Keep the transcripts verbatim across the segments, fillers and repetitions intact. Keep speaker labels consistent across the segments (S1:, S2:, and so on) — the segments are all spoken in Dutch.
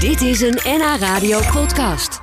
S1: Dit is een N H Radio podcast.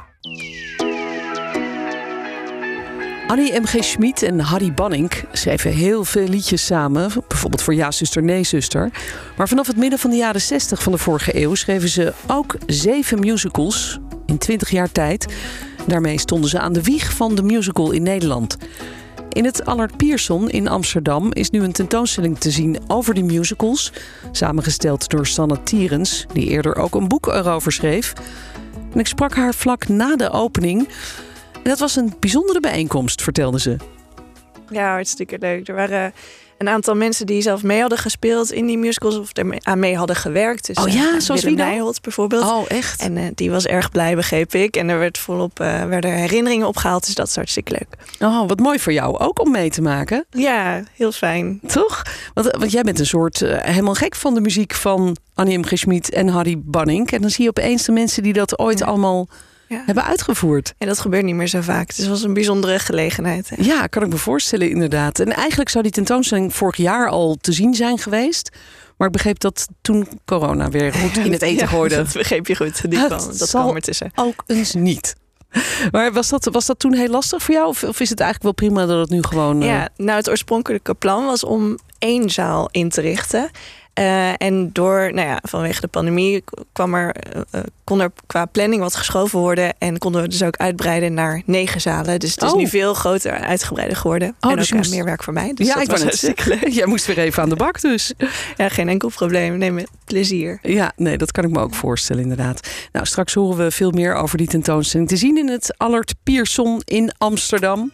S2: Annie M G. Schmid en Harry Bannink schreven heel veel liedjes samen. Bijvoorbeeld voor Ja, zuster, nee, zuster. Maar vanaf het midden van de jaren zestig van de vorige eeuw schreven ze ook zeven musicals in twintig jaar tijd. Daarmee stonden ze aan de wieg van de musical in Nederland. In het Allard Pierson in Amsterdam is nu een tentoonstelling te zien over die musicals. Samengesteld door Sanne Tierens, die eerder ook een boek erover schreef. En ik sprak haar vlak na de opening. En dat was een bijzondere bijeenkomst, vertelde ze.
S3: Ja, hartstikke leuk. Er waren een aantal mensen die zelf mee hadden gespeeld in die musicals of er aan mee hadden gewerkt. Dus,
S2: oh ja,
S3: uh,
S2: zoals
S3: Willem
S2: wie dan?
S3: Nijholt bijvoorbeeld.
S2: Oh, echt?
S3: En uh, die was erg blij, begreep ik. En er werd volop, uh, werden herinneringen opgehaald, dus dat is hartstikke leuk.
S2: Oh, wat mooi voor jou ook om mee te maken.
S3: Ja, heel fijn.
S2: Toch? Want, want jij bent een soort uh, helemaal gek van de muziek van Annie M G. Schmid en Harry Bannink. En dan zie je opeens de mensen die dat ooit ja. allemaal... Ja. hebben uitgevoerd.
S3: En dat gebeurt niet meer zo vaak. Dus het was een bijzondere gelegenheid. Hè?
S2: Ja, kan ik me voorstellen inderdaad. En eigenlijk zou die tentoonstelling vorig jaar al te zien zijn geweest. Maar ik begreep dat toen corona weer goed in het eten gooide.
S3: Ja, dat begreep je goed. Die kwam, dat kwam er tussen.
S2: Ook eens niet. Maar was dat, was dat toen heel lastig voor jou? Of, of is het eigenlijk wel prima dat het nu gewoon...
S3: Ja, nou het oorspronkelijke plan was om één zaal in te richten. Uh, en door, nou ja, vanwege de pandemie kwam er, uh, kon er qua planning wat geschoven worden. En konden we dus ook uitbreiden naar negen zalen. Dus het is oh. nu veel groter en uitgebreider geworden. Oh, en dus ook moest... meer werk voor mij. Dus
S2: ja,
S3: dat
S2: ik
S3: was
S2: het zeggen. Jij moest weer even aan de bak dus.
S3: Ja, geen enkel probleem. Nee, met plezier.
S2: Ja, nee, dat kan ik me ook voorstellen inderdaad. Nou, straks horen we veel meer over die tentoonstelling. Te zien in het Allard Pierson in Amsterdam.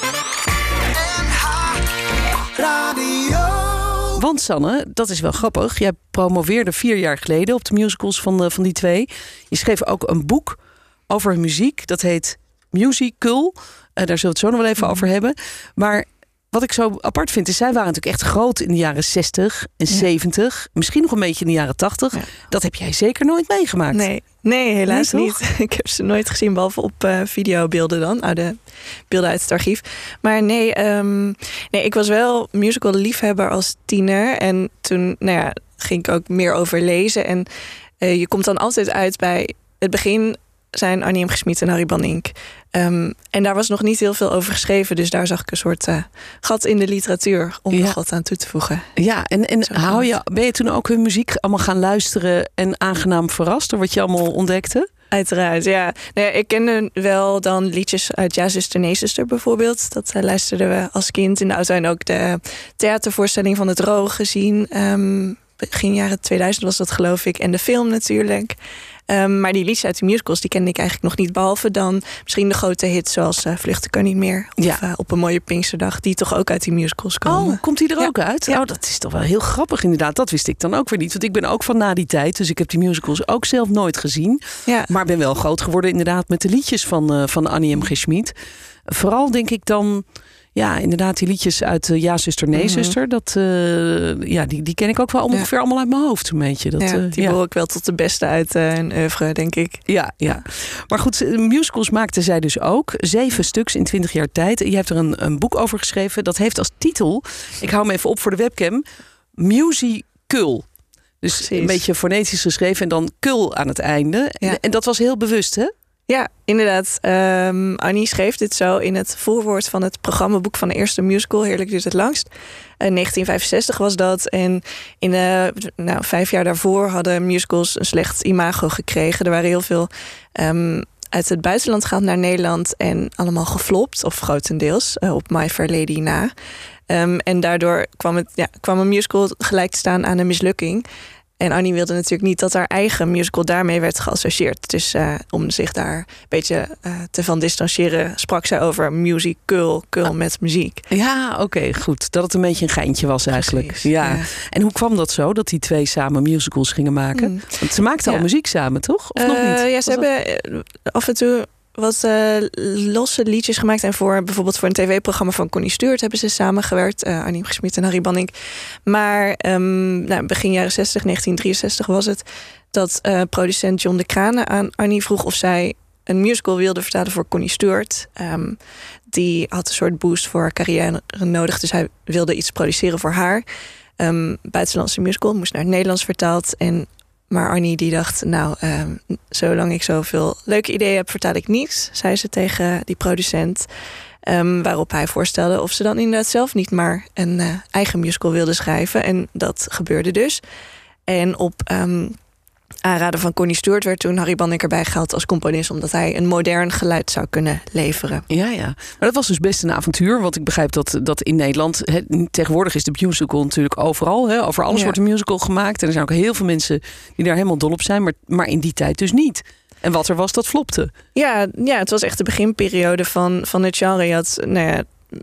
S2: Want Sanne, dat is wel grappig. Jij promoveerde vier jaar geleden op de musicals van, de, van die twee. Je schreef ook een boek over muziek. Dat heet Musical. Uh, daar zullen we het zo nog wel even mm. over hebben. Maar wat ik zo apart vind is... zij waren natuurlijk echt groot in de jaren zestig en ja. zeventig. Misschien nog een beetje in de jaren tachtig. Ja. Dat heb jij zeker nooit meegemaakt.
S3: Nee, nee helaas nee, niet. Ik heb ze nooit gezien, behalve op uh, videobeelden dan. Oude beelden uit het archief. Maar nee, um, nee, ik was wel musical liefhebber als tiener. En toen nou ja, ging ik ook meer over lezen. En uh, je komt dan altijd uit bij het begin... zijn Annie M G. Schmid en Harry Bannink. Um, en daar was nog niet heel veel over geschreven. Dus daar zag ik een soort uh, gat in de literatuur om ja. nog wat aan toe te voegen.
S2: Ja, en, en hou je, ben je toen ook hun muziek allemaal gaan luisteren... en aangenaam verrast door wat je allemaal ontdekte?
S3: Uiteraard, ja. Nou ja, ik kende wel dan liedjes uit Ja, zuster, nee, zuster bijvoorbeeld. Dat uh, luisterden we als kind in de auto. En ook de theatervoorstelling van Het Roog gezien. Um, begin jaren tweeduizend was dat, geloof ik. En de film natuurlijk. Um, maar die liedjes uit de musicals, die kende ik eigenlijk nog niet. Behalve dan misschien de grote hits zoals uh, Vluchten kan niet meer. Of ja. uh, Op een mooie Pinksterdag. Die toch ook uit die musicals komen.
S2: Oh, komt die er
S3: ja.
S2: ook uit?
S3: Ja.
S2: Oh, dat is toch wel heel grappig inderdaad. Dat wist ik dan ook weer niet. Want ik ben ook van na die tijd. Dus ik heb die musicals ook zelf nooit gezien. Ja. Maar ben wel groot geworden inderdaad met de liedjes van, uh, van Annie M G. Schmid. Vooral denk ik dan... Ja, inderdaad, die liedjes uit uh, Ja, zuster, nee, zuster. Mm-hmm. Dat, uh, ja, die, die ken ik ook wel ongeveer ja. allemaal uit mijn hoofd een beetje. Dat,
S3: ja,
S2: uh,
S3: die
S2: ja.
S3: hoor ik wel tot de beste uit uh, een oeuvre, denk ik.
S2: Ja, ja. Maar goed, musicals maakte zij dus ook. Zeven stuks in twintig jaar tijd. Je hebt er een, een boek over geschreven. Dat heeft als titel, ik hou hem even op voor de webcam, Musical. Dus Precies. een beetje fonetisch geschreven en dan kul aan het einde. Ja. En, en dat was heel bewust, hè?
S3: Ja, inderdaad. Um, Annie schreef dit zo in het voorwoord van het programmaboek van de eerste musical. Heerlijk duurt het langst. In negentien vijfenzestig was dat. En in de nou, vijf jaar daarvoor hadden musicals een slecht imago gekregen. Er waren heel veel um, uit het buitenland gehaald naar Nederland. En allemaal geflopt, of grotendeels, uh, op My Fair Lady na. Um, en daardoor kwam, het, ja, kwam een musical gelijk te staan aan een mislukking. En Annie wilde natuurlijk niet dat haar eigen musical daarmee werd geassocieerd. Dus uh, om zich daar een beetje uh, te van distancieren, sprak zij over musical, kul ah. met muziek.
S2: Ja, oké, okay, goed. Dat het een beetje een geintje was eigenlijk. Ja. ja. En hoe kwam dat zo, dat die twee samen musicals gingen maken? Mm. Want ze maakten ja. al muziek samen, toch? Of uh, nog niet?
S3: Ja, ze was hebben dat... af en toe wat uh, losse liedjes gemaakt. En voor bijvoorbeeld voor een tv-programma van Connie Stuart hebben ze samengewerkt. Uh, Annie M G. Schmid en Harry Bannink. Maar um, nou, begin jaren zestig, negentien drieënzestig was het, dat uh, producent John de Kranen aan Annie vroeg of zij een musical wilde vertalen voor Connie Stuart. Um, die had een soort boost voor haar carrière nodig. Dus hij wilde iets produceren voor haar. Um, buitenlandse musical, moest naar het Nederlands vertaald. En maar Annie die dacht, nou, uh, zolang ik zoveel leuke ideeën heb, vertaal ik niets, zei ze tegen die producent. Um, waarop hij voorstelde of ze dan inderdaad zelf niet maar een uh, eigen musical wilde schrijven. En dat gebeurde dus. En op um, aanraden van Connie Stewart werd toen Harry Bannink erbij gehaald als componist, omdat hij een modern geluid zou kunnen leveren.
S2: Ja, ja. Maar dat was dus best een avontuur. Want ik begrijp dat, dat in Nederland, he, tegenwoordig is de musical natuurlijk overal. He, over alles ja. wordt een musical gemaakt. En er zijn ook heel veel mensen die daar helemaal dol op zijn. Maar, maar in die tijd dus niet. En wat er was, dat flopte.
S3: Ja, ja, het was echt de beginperiode van, van het genre. Je had, nou ja,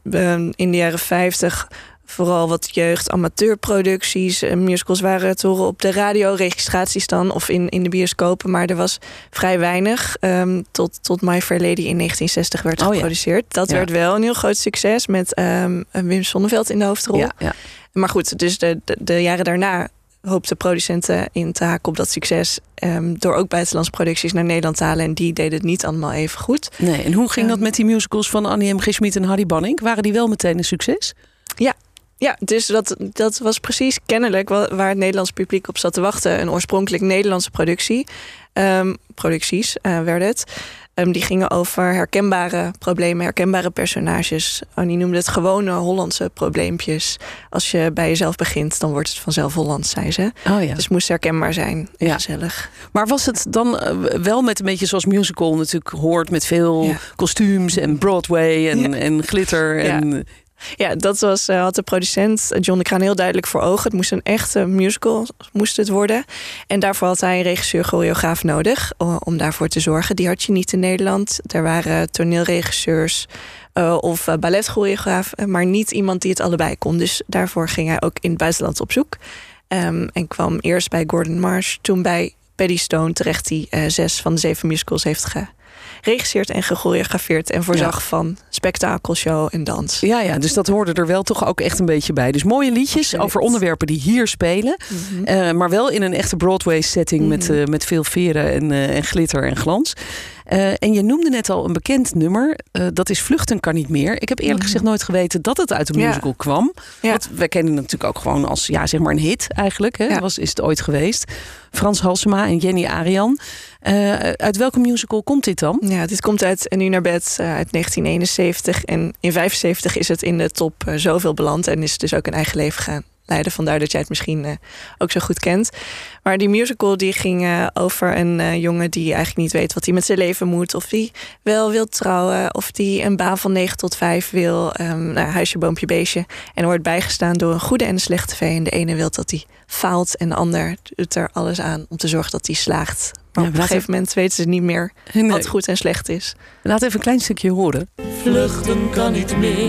S3: in de jaren vijftig vooral wat jeugd, amateurproducties. Musicals waren te horen op de radio, registraties dan, of in, in de bioscopen. Maar er was vrij weinig. Um, tot, tot My Fair Lady in negentien zestig werd
S2: oh,
S3: geproduceerd. Ja. Dat ja. werd wel een heel groot succes met um, Wim Sonneveld in de hoofdrol.
S2: Ja, ja.
S3: Maar goed, dus de, de, de jaren daarna hoopten producenten in te haken op dat succes, Um, door ook buitenlandse producties naar Nederland te halen. En die deden het niet allemaal even goed.
S2: Nee, en hoe ging um, dat met die musicals van Annie M G. Schmid en Harry Bannink? Waren die wel meteen een succes?
S3: Ja, ja, dus dat, dat was precies kennelijk waar het Nederlandse publiek op zat te wachten. Een oorspronkelijk Nederlandse productie. Um, producties uh, werden het. Um, die gingen over herkenbare problemen, herkenbare personages. Annie noemde het gewone Hollandse probleempjes. Als je bij jezelf begint, dan wordt het vanzelf Hollands, zei ze.
S2: Oh ja.
S3: Dus het moest herkenbaar zijn en ja. gezellig.
S2: Maar was het dan uh, wel met een beetje zoals musical natuurlijk hoort, met veel ja. kostuums en Broadway en, ja. en glitter en...
S3: Ja. Ja, dat was, uh, had de producent John de Kraan heel duidelijk voor ogen. Het moest een echte musical moest het worden. En daarvoor had hij een regisseur-choreograaf nodig om daarvoor te zorgen. Die had je niet in Nederland. Er waren toneelregisseurs uh, of uh, balletchoreograaf, maar niet iemand die het allebei kon. Dus daarvoor ging hij ook in het buitenland op zoek. Um, en kwam eerst bij Gordon Marsh, toen bij Paddy Stone terecht, die uh, zes van de zeven musicals heeft ge geregisseerd en gechoreografeerd en voorzag ja. van spektakelshow en dans.
S2: Ja, ja, dus dat hoorde er wel toch ook echt een beetje bij. Dus mooie liedjes Absoluut. Over onderwerpen die hier spelen. Mm-hmm. Uh, maar wel in een echte Broadway setting mm-hmm. met, uh, met veel veren en, uh, en glitter en glans. Uh, en je noemde net al een bekend nummer. Uh, dat is Vluchten kan niet meer. Ik heb eerlijk mm-hmm. gezegd nooit geweten dat het uit de musical ja. kwam. Ja. Want wij kennen het natuurlijk ook gewoon als ja, zeg maar een hit eigenlijk. Hè? Ja. Was, is het ooit geweest. Frans Halsema en Jenny Arian. Uh, uit welke musical komt dit dan?
S3: Ja, dit komt uit En nu naar bed uh, uit negentien eenenzeventig. En in vijfenzeventig is het in de top uh, zoveel beland. En is het dus ook een eigen leven gaan leiden. Vandaar dat jij het misschien uh, ook zo goed kent. Maar die musical die ging uh, over een uh, jongen die eigenlijk niet weet wat hij met zijn leven moet. Of die wel wil trouwen. Of die een baan van negen tot vijf wil. Um, nou, huisje, boompje, beestje. En wordt bijgestaan door een goede en een slechte vee. En de ene wil dat hij faalt. En de ander doet er alles aan om te zorgen dat hij slaagt. Maar ja, op een gegeven even... moment weten ze niet meer nee. wat goed en slecht is.
S2: Laat even een klein stukje horen.
S4: Vluchten kan niet meer.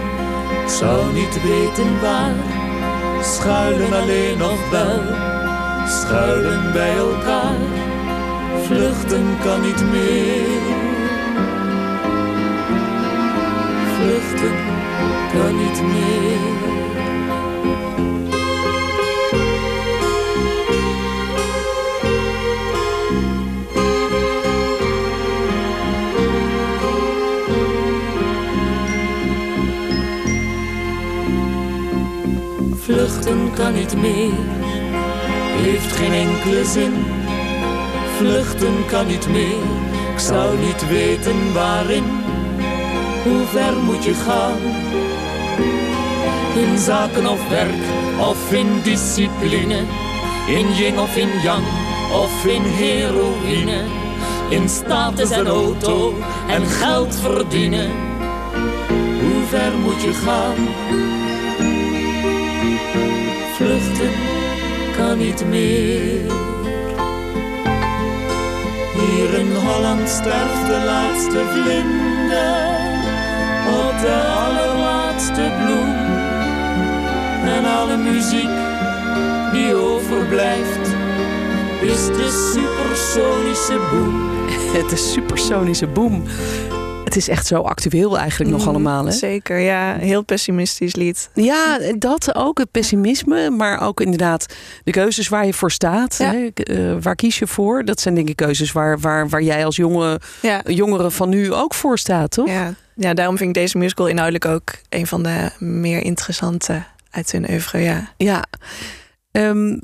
S4: Zou niet weten waar. Schuilen alleen nog wel. Schuilen bij elkaar. Vluchten kan niet meer. Vluchten kan niet meer. Vluchten kan niet meer, heeft geen enkele zin. Vluchten kan niet meer, ik zou niet weten waarin. Hoe ver moet je gaan? In zaken of werk, of in discipline. In yin of in yang, of in heroïne. In status en auto, en geld verdienen. Hoe ver moet je gaan? Vluchten kan niet meer. Hier in Holland sterft de laatste vlinder op de allerlaatste bloem. En alle muziek die overblijft is de supersonische boom.
S2: De supersonische boom. Het is echt zo actueel eigenlijk mm, nog allemaal. Hè?
S3: Zeker, ja. Heel pessimistisch lied.
S2: Ja, dat ook. Het pessimisme. Maar ook inderdaad de keuzes waar je voor staat. Ja. Hè? Uh, waar kies je voor? Dat zijn denk ik keuzes waar, waar, waar jij als jonge, ja. jongere van nu ook voor staat, toch?
S3: Ja. ja, daarom vind ik deze musical inhoudelijk ook een van de meer interessante uit hun oeuvre. Ja.
S2: ja. Um,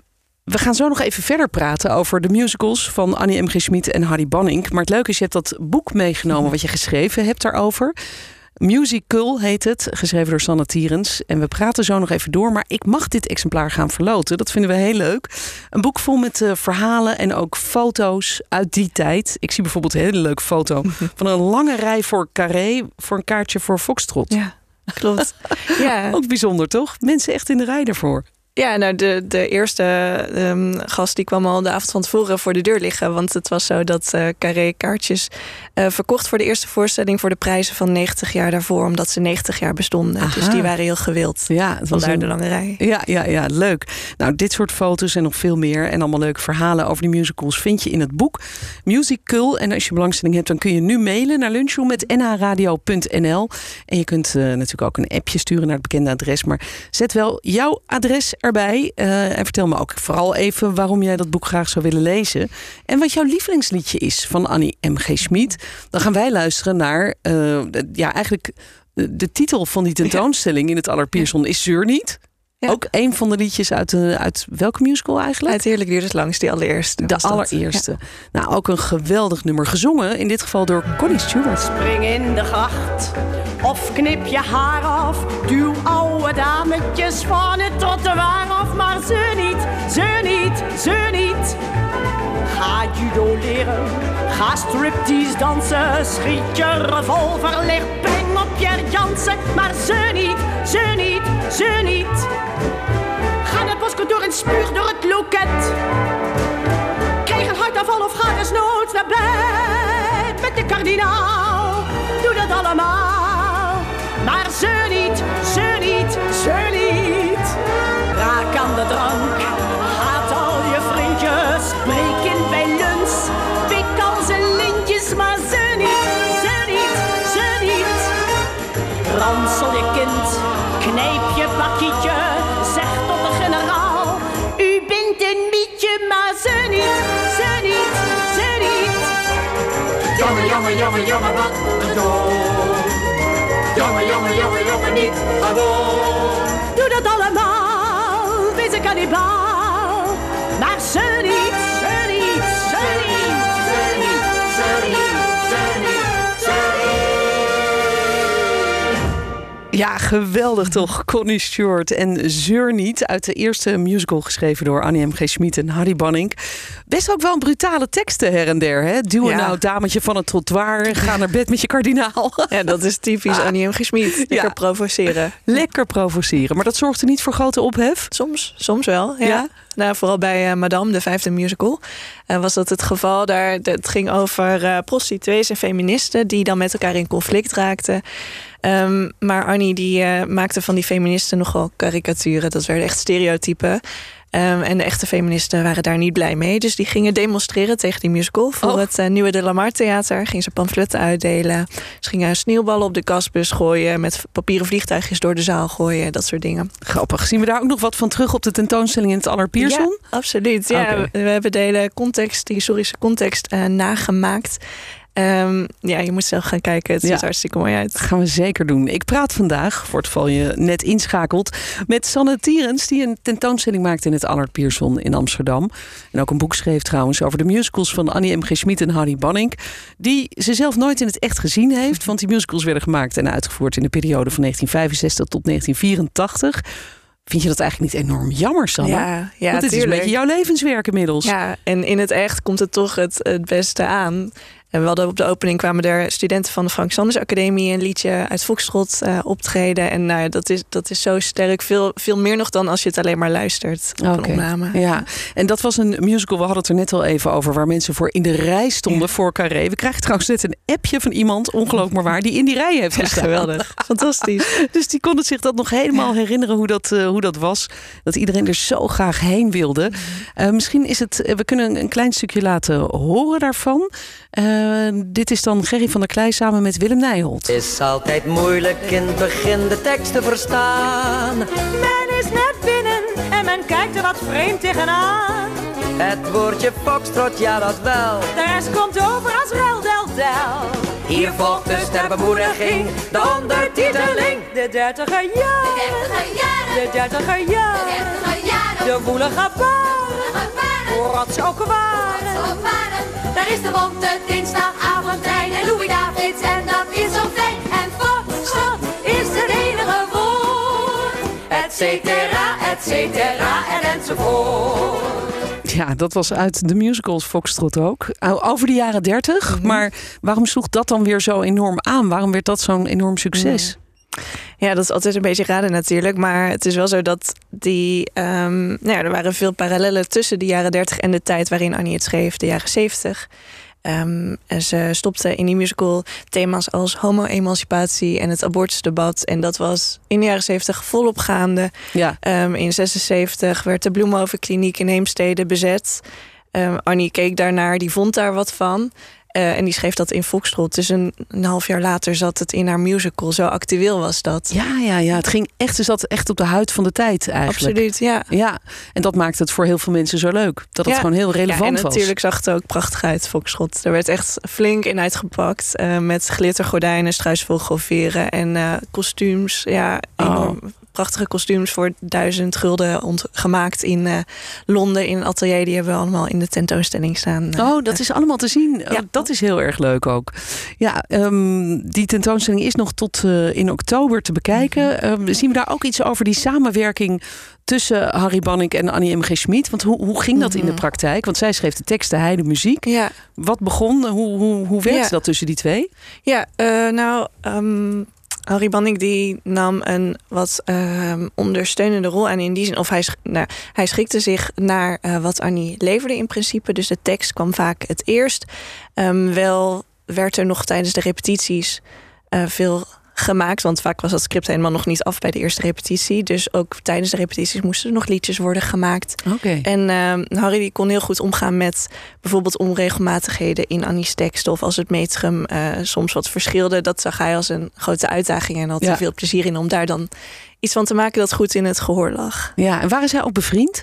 S2: We gaan zo nog even verder praten over de musicals van Annie M G. Schmid en Harry Bannink. Maar het leuke is, je hebt dat boek meegenomen wat je geschreven hebt daarover. Musical heet het, geschreven door Sanne Tierens. En we praten zo nog even door, maar ik mag dit exemplaar gaan verloten. Dat vinden we heel leuk. Een boek vol met uh, verhalen en ook foto's uit die tijd. Ik zie bijvoorbeeld een hele leuke foto van een lange rij voor Carré voor een kaartje voor Foxtrot.
S3: Ja, klopt. Ja.
S2: Ook bijzonder, toch? Mensen echt in de rij daarvoor.
S3: Ja, nou de, de eerste um, gast die kwam al de avond van tevoren voor de deur liggen. Want het was zo dat uh, Carré kaartjes uh, verkocht voor de eerste voorstelling voor de prijzen van negentig jaar daarvoor. Omdat ze negentig jaar bestonden.
S2: Aha.
S3: Dus die waren heel gewild.
S2: Ja, het
S3: Vandaar
S2: was een...
S3: de lange rij.
S2: Ja, ja, ja, leuk. Nou, dit soort foto's en nog veel meer. En allemaal leuke verhalen over die musicals vind je in het boek Musical. En als je belangstelling hebt, dan kun je nu mailen naar lunchroom met n h radio punt n l. En je kunt uh, natuurlijk ook een appje sturen naar het bekende adres. Maar zet wel jouw adres erbij. Uh, en vertel me ook vooral even waarom jij dat boek graag zou willen lezen. En wat jouw lievelingsliedje is van Annie M G. Schmid. Dan gaan wij luisteren naar uh, de, ja, eigenlijk de, de titel van die tentoonstelling in het Allard Pierson is Zeur niet. Ja. Ook een van de liedjes uit, de, uit welke musical eigenlijk?
S3: Uit Heerlijk duurt het langst, die allereerste.
S2: De allereerste. Ja. Nou, ook een geweldig nummer gezongen. In dit geval door Connie Stewart.
S5: Spring in de gracht of knip je haar af. Duw oude dametjes van het trottoir af. Maar ze niet, ze niet, ze niet. Ga judo leren, ga striptease dansen. Schiet je revolver, leg peng op je Jansen. Maar ze niet, ze niet, ze niet. Ga naar het boskantoor en spuug door het loket. Krijg een hartaanval of ga desnoods naar bed. Met de kardinaal, doe dat allemaal. Maar ze niet, ze niet, ze niet. Raak aan de drank, haat al je vriendjes. Breek in bij lunch, pik al zijn lintjes. Maar ze niet, ze niet, ze niet. Ransel je kind, knijp je pakietje. Zeg tot de generaal, u bent een mietje. Maar ze niet, ze niet, ze niet.
S6: Jongen, jongen, jongen, jongen, wat een dood. Jongen, jongen, jongen, jongen, niet gewoon.
S5: Doe dat allemaal, wees een kannibaal. Maar ze niet, ze niet, ze niet, ze niet, ze niet, ze niet, ze niet.
S2: Ja, geweldig toch, Connie Stewart en Zeur niet. Uit de eerste musical geschreven door Annie M G. Schmid en Harry Bannink. Best ook wel een brutale teksten her en der. Hè? Duw een
S3: Ja.
S2: nou dametje van het trottoir. Ga naar bed met je kardinaal.
S3: Ja, dat is typisch Annie M G. Schmid. Lekker
S2: Ja.
S3: provoceren.
S2: Lekker provoceren. Maar dat zorgde niet voor grote ophef?
S3: Soms, soms wel. Ja.
S2: Ja?
S3: Nou, vooral bij uh, Madame, de vijfde musical, uh, was dat het geval. Daar, het ging over uh, prostituees en feministen die dan met elkaar in conflict raakten. Um, maar Annie die uh, maakte van die feministen nogal karikaturen. Dat werden echt stereotypen. Um, en de echte feministen waren daar niet blij mee. Dus die gingen demonstreren tegen die musical. Voor
S2: oh.
S3: het uh, nieuwe De Lamar Theater gingen ze pamfletten uitdelen. Ze gingen sneeuwballen op de kasbus gooien. Met papieren vliegtuigjes door de zaal gooien. Dat soort dingen.
S2: Grappig. Zien we daar ook nog wat van terug op de tentoonstelling in het Allard Pierson?
S3: Ja, absoluut. Ja,
S2: Okay.
S3: we, we hebben de hele context, de historische context uh, nagemaakt. Um, ja, je moet zelf gaan kijken. Het ziet
S2: Ja.
S3: er hartstikke mooi uit.
S2: Dat gaan we zeker doen. Ik praat vandaag, voor het geval je net inschakelt, met Sanne Tierens, die een tentoonstelling maakt in het Allard Pierson in Amsterdam. En ook een boek schreef trouwens over de musicals van Annie M G. Schmid en Harry Bannink, die ze zelf nooit in het echt gezien heeft. Want die musicals werden gemaakt en uitgevoerd in de periode van negentien vijfenzestig tot negentien vierentachtig. Vind je dat eigenlijk niet enorm jammer, Sanne?
S3: Ja, ja,
S2: Want dit is een beetje jouw levenswerk inmiddels.
S3: Ja, en in het echt komt het toch het, het beste aan. En we hadden op de opening kwamen er studenten van de Frank Sanders Academie een liedje uit Foxtrot uh, optreden. En nou, dat is, dat is zo sterk. Veel, veel meer nog dan als je het alleen maar luistert op
S2: Oké.
S3: een opname.
S2: Ja, en dat was een musical, we hadden het er net al even over, waar mensen voor in de rij stonden
S3: Ja.
S2: voor Carré. We krijgen trouwens net een appje van iemand, ongelooflijk maar waar, die in die rij heeft
S3: Ja,
S2: gestaan.
S3: geweldig. Fantastisch.
S2: Dus die kon het zich dat nog helemaal herinneren hoe dat, uh, hoe dat was. Dat iedereen er zo graag heen wilde. Uh, misschien is het, uh, we kunnen een klein stukje laten horen daarvan. Uh, dit is dan Gerry van der Klei samen met Willem Nijholt.
S7: Het is altijd moeilijk in het begin de tekst te verstaan.
S5: Men is net binnen en men kijkt er wat vreemd tegenaan.
S7: Het woordje foxtrot, ja dat wel.
S5: De rest komt over als rel, del, del.
S7: Hier volgt dus ter bemoediging de ondertiteling.
S5: De dertiger jaren, de dertiger jaren, de woelige baren, Voordat ze ook waren.
S6: Daar is de bonte dinsdagavondtrein en Louis Davids en dat is zo fijn. En Foxtrot is het enige woord, et cetera, et cetera en enzovoort.
S2: Ja, dat was uit de musicals Foxtrot ook. Over de jaren dertig. Mm-hmm. Maar waarom sloeg dat dan weer zo enorm aan? Waarom werd dat zo'n enorm succes?
S3: Mm. Ja, dat is altijd een beetje raden natuurlijk. Maar het is wel zo dat die... Um, nou ja, er waren veel parallellen tussen de jaren dertig en de tijd waarin Annie het schreef, de jaren zeventig. Um, en ze stopte in die musical thema's als homo-emancipatie en het abortusdebat. En dat was in de jaren zeventig volop gaande. Ja. Um, in zesenzeventig werd de Bloemhovenkliniek in Heemstede bezet. Um, Annie keek daarnaar, die vond daar wat van. Uh, en die schreef dat in Foxtrot. Dus een, een half jaar later zat het in haar musical. Zo actueel was dat.
S2: Ja, ja, ja. Het ging echt, ze zat echt op de huid van de tijd eigenlijk.
S3: Absoluut, ja.
S2: Ja, en dat maakte het voor heel veel mensen zo leuk. Dat het ja. gewoon heel relevant was. Ja, en
S3: was. Natuurlijk zag het ook prachtig uit, Foxtrot. Er werd echt flink in uitgepakt. Uh, met glittergordijnen, struisvogelveren en uh, kostuums. Ja, enorm. Oh. Prachtige kostuums voor duizend gulden ont- gemaakt in uh, Londen in een atelier. Die hebben we allemaal in de tentoonstelling staan. Uh,
S2: oh, dat is allemaal te zien. Ja. Oh, dat is heel erg leuk ook. Ja, um, die tentoonstelling is nog tot uh, in oktober te bekijken. Um, zien we daar ook iets over die samenwerking tussen Harry Bannink en Annie M G Schmid? Want hoe, hoe ging dat mm-hmm. in de praktijk? Want zij schreef de teksten, hij de muziek. Ja. Wat begon? Hoe, hoe, hoe werkte ja. dat tussen die twee?
S3: Ja, uh, nou... Um Harry Bannink die nam een wat uh, ondersteunende rol aan in die zin. Of hij, nou, hij schikte zich naar uh, wat Annie leverde in principe. Dus de tekst kwam vaak het eerst. Um, wel werd er nog tijdens de repetities uh, veel gemaakt. Want vaak was dat script helemaal nog niet af bij de eerste repetitie. Dus ook tijdens de repetities moesten er nog liedjes worden gemaakt.
S2: Okay.
S3: En uh, Harry die kon heel goed omgaan met bijvoorbeeld onregelmatigheden in Annie's teksten. Of als het metrum uh, soms wat verschilde. Dat zag hij als een grote uitdaging. En had er ja. veel plezier in om daar dan iets van te maken dat goed in het gehoor lag.
S2: Ja, en waren zij ook bevriend?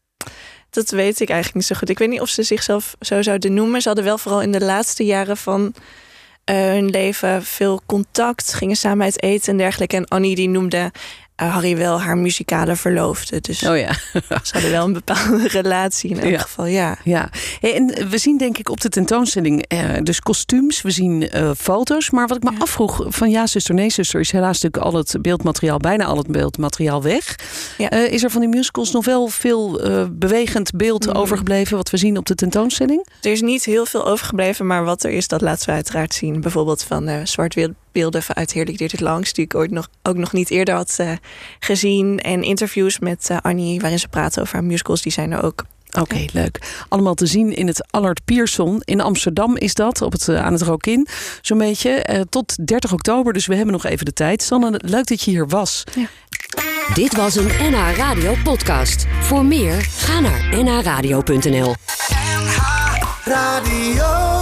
S3: Dat weet ik eigenlijk niet zo goed. Ik weet niet of ze zichzelf zo zouden noemen. Ze hadden wel vooral in de laatste jaren van Uh, hun leven veel contact, gingen samen uit eten en dergelijke. En Annie die noemde uh, Harry wel haar muzikale verloofde. Dus
S2: oh ja.
S3: ze hadden wel een bepaalde relatie in elk ja. geval, ja.
S2: ja. Hey, en we zien denk ik op de tentoonstelling uh, dus kostuums, we zien uh, foto's. Maar wat ik me ja. afvroeg van Ja, zuster, nee, zuster, is helaas natuurlijk al het beeldmateriaal, bijna al het beeldmateriaal weg. Ja. Uh, is er van die musicals nog wel veel uh, bewegend beeld mm. overgebleven wat we zien op de tentoonstelling?
S3: Er is niet heel veel overgebleven, maar wat er is, dat laten we uiteraard zien. Bijvoorbeeld van uh, zwart-wit beelden uit Heerlijk duurt het langst, die ik ooit nog, ook nog niet eerder had uh, gezien. En interviews met uh, Annie, waarin ze praten over haar musicals, die zijn er ook.
S2: Oké, okay, leuk. Allemaal te zien in het Allard Pierson. In Amsterdam is dat, op het, uh, aan het Rokin. Zo'n beetje, uh, tot dertig oktober, dus we hebben nog even de tijd. Sanne, leuk dat je hier was. Ja.
S1: Dit was een N H Radio podcast. Voor meer, ga naar n h radio punt n l.
S8: N H Radio.